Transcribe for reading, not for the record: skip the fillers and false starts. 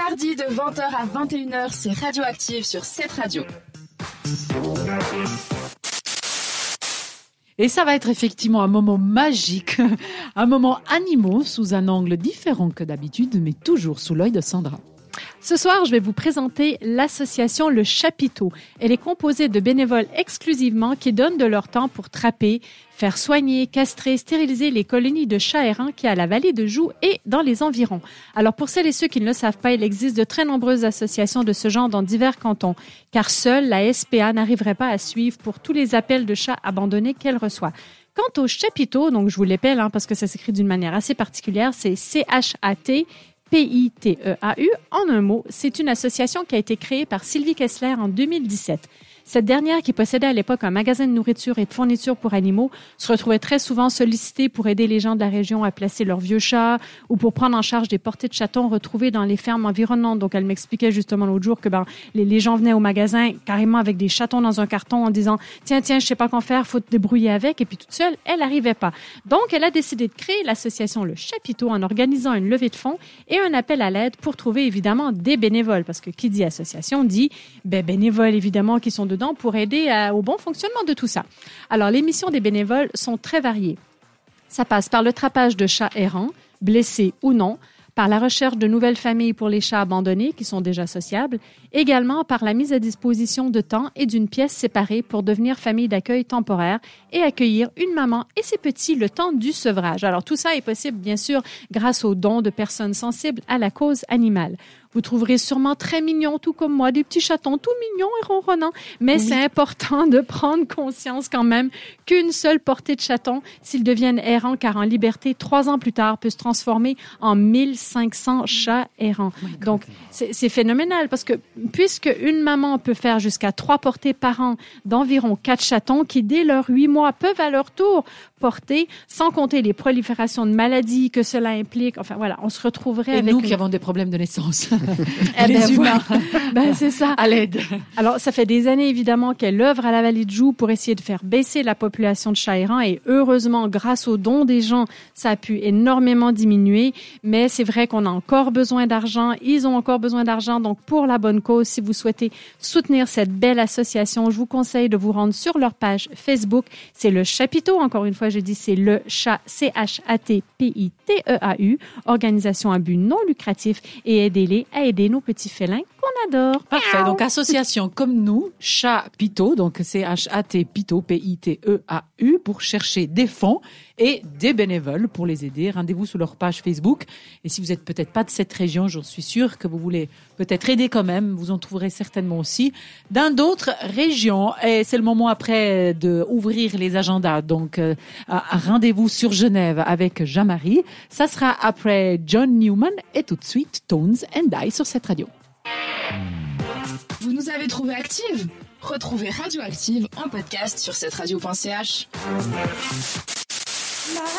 mardi de 20h à 21h, c'est Radioactive sur cette radio. Et ça va être effectivement un moment magique, un moment animaux sous un angle différent que d'habitude, mais toujours sous l'œil de Sandra. Ce soir, je vais vous présenter l'association Le Chapiteau. Elle est composée de bénévoles exclusivement qui donnent de leur temps pour trapper, faire soigner, castrer, stériliser les colonies de chats errants qu'il y a à la vallée de Joux et dans les environs. Alors pour celles et ceux qui ne le savent pas, il existe de très nombreuses associations de ce genre dans divers cantons, car seule la SPA n'arriverait pas à suivre pour tous les appels de chats abandonnés qu'elle reçoit. Quant au Chapiteau, donc je vous l'épelle parce que ça s'écrit d'une manière assez particulière, c'est CHAT. PITEAU, en un mot, c'est une association qui a été créée par Sylvie Kessler en 2017. Cette dernière, qui possédait à l'époque un magasin de nourriture et de fourniture pour animaux, se retrouvait très souvent sollicitée pour aider les gens de la région à placer leurs vieux chats ou pour prendre en charge des portées de chatons retrouvées dans les fermes environnantes. Donc, elle m'expliquait justement l'autre jour que les gens venaient au magasin carrément avec des chatons dans un carton en disant « Tiens, je sais pas quoi faire, faut te débrouiller avec. » Et puis toute seule, elle n'arrivait pas. Donc, elle a décidé de créer l'association Le Chapiteau en organisant une levée de fonds et un appel à l'aide pour trouver évidemment des bénévoles. Parce que qui dit association dit bénévoles évidemment qui sont dedans pour aider au bon fonctionnement de tout ça. Alors, les missions des bénévoles sont très variées. Ça passe par le trapage de chats errants, blessés ou non, par la recherche de nouvelles familles pour les chats abandonnés qui sont déjà sociables, également par la mise à disposition de temps et d'une pièce séparée pour devenir famille d'accueil temporaire et accueillir une maman et ses petits le temps du sevrage. Alors tout ça est possible bien sûr grâce aux dons de personnes sensibles à la cause animale. Vous trouverez sûrement très mignons, tout comme moi, des petits chatons tout mignons et ronronnants. Mais oui, c'est important de prendre conscience quand même qu'une seule portée de chatons, s'ils deviennent errants car en liberté, 3 ans plus tard, peut se transformer en 1500 chats errants. Donc, c'est phénoménal parce que puisque une maman peut faire jusqu'à 3 portées par an d'environ 4 chatons qui, dès leurs 8 mois, peuvent à leur tour porter, sans compter les proliférations de maladies que cela implique. Enfin, voilà, on se retrouverait et avec... nous qui avons des problèmes de naissance. Les humains. C'est ça. À l'aide. Alors, ça fait des années, évidemment, qu'elle œuvre à la vallée de Joux pour essayer de faire baisser la population de chats errants et heureusement, grâce aux dons des gens, ça a pu énormément diminuer. Mais c'est vrai qu'on a encore besoin d'argent. Ils ont encore besoin d'argent. Donc, pour la bonne cause, si vous souhaitez soutenir cette belle association, je vous conseille de vous rendre sur leur page Facebook. C'est le Chapiteau. Encore une fois, je dis c'est le chat, CHATPITEAU, organisation à but non lucratif et aidez-les à aider nos petits félins qu'on adore. Parfait. Donc, association comme nous, Chapiteau, donc CHAT Piteau, PITEAU, pour chercher des fonds et des bénévoles pour les aider. Rendez-vous sur leur page Facebook. Et si vous êtes peut-être pas de cette région, j'en suis sûre que vous voulez peut-être aider quand même. Vous en trouverez certainement aussi dans d'autres régions. Et c'est le moment après de ouvrir les agendas. Donc, rendez-vous sur Genève avec Jean-Marie. Ça sera après John Newman et tout de suite Tones and I sur cette radio. Vous nous avez trouvé active? Retrouvez Radioactive en podcast sur cette radio.ch.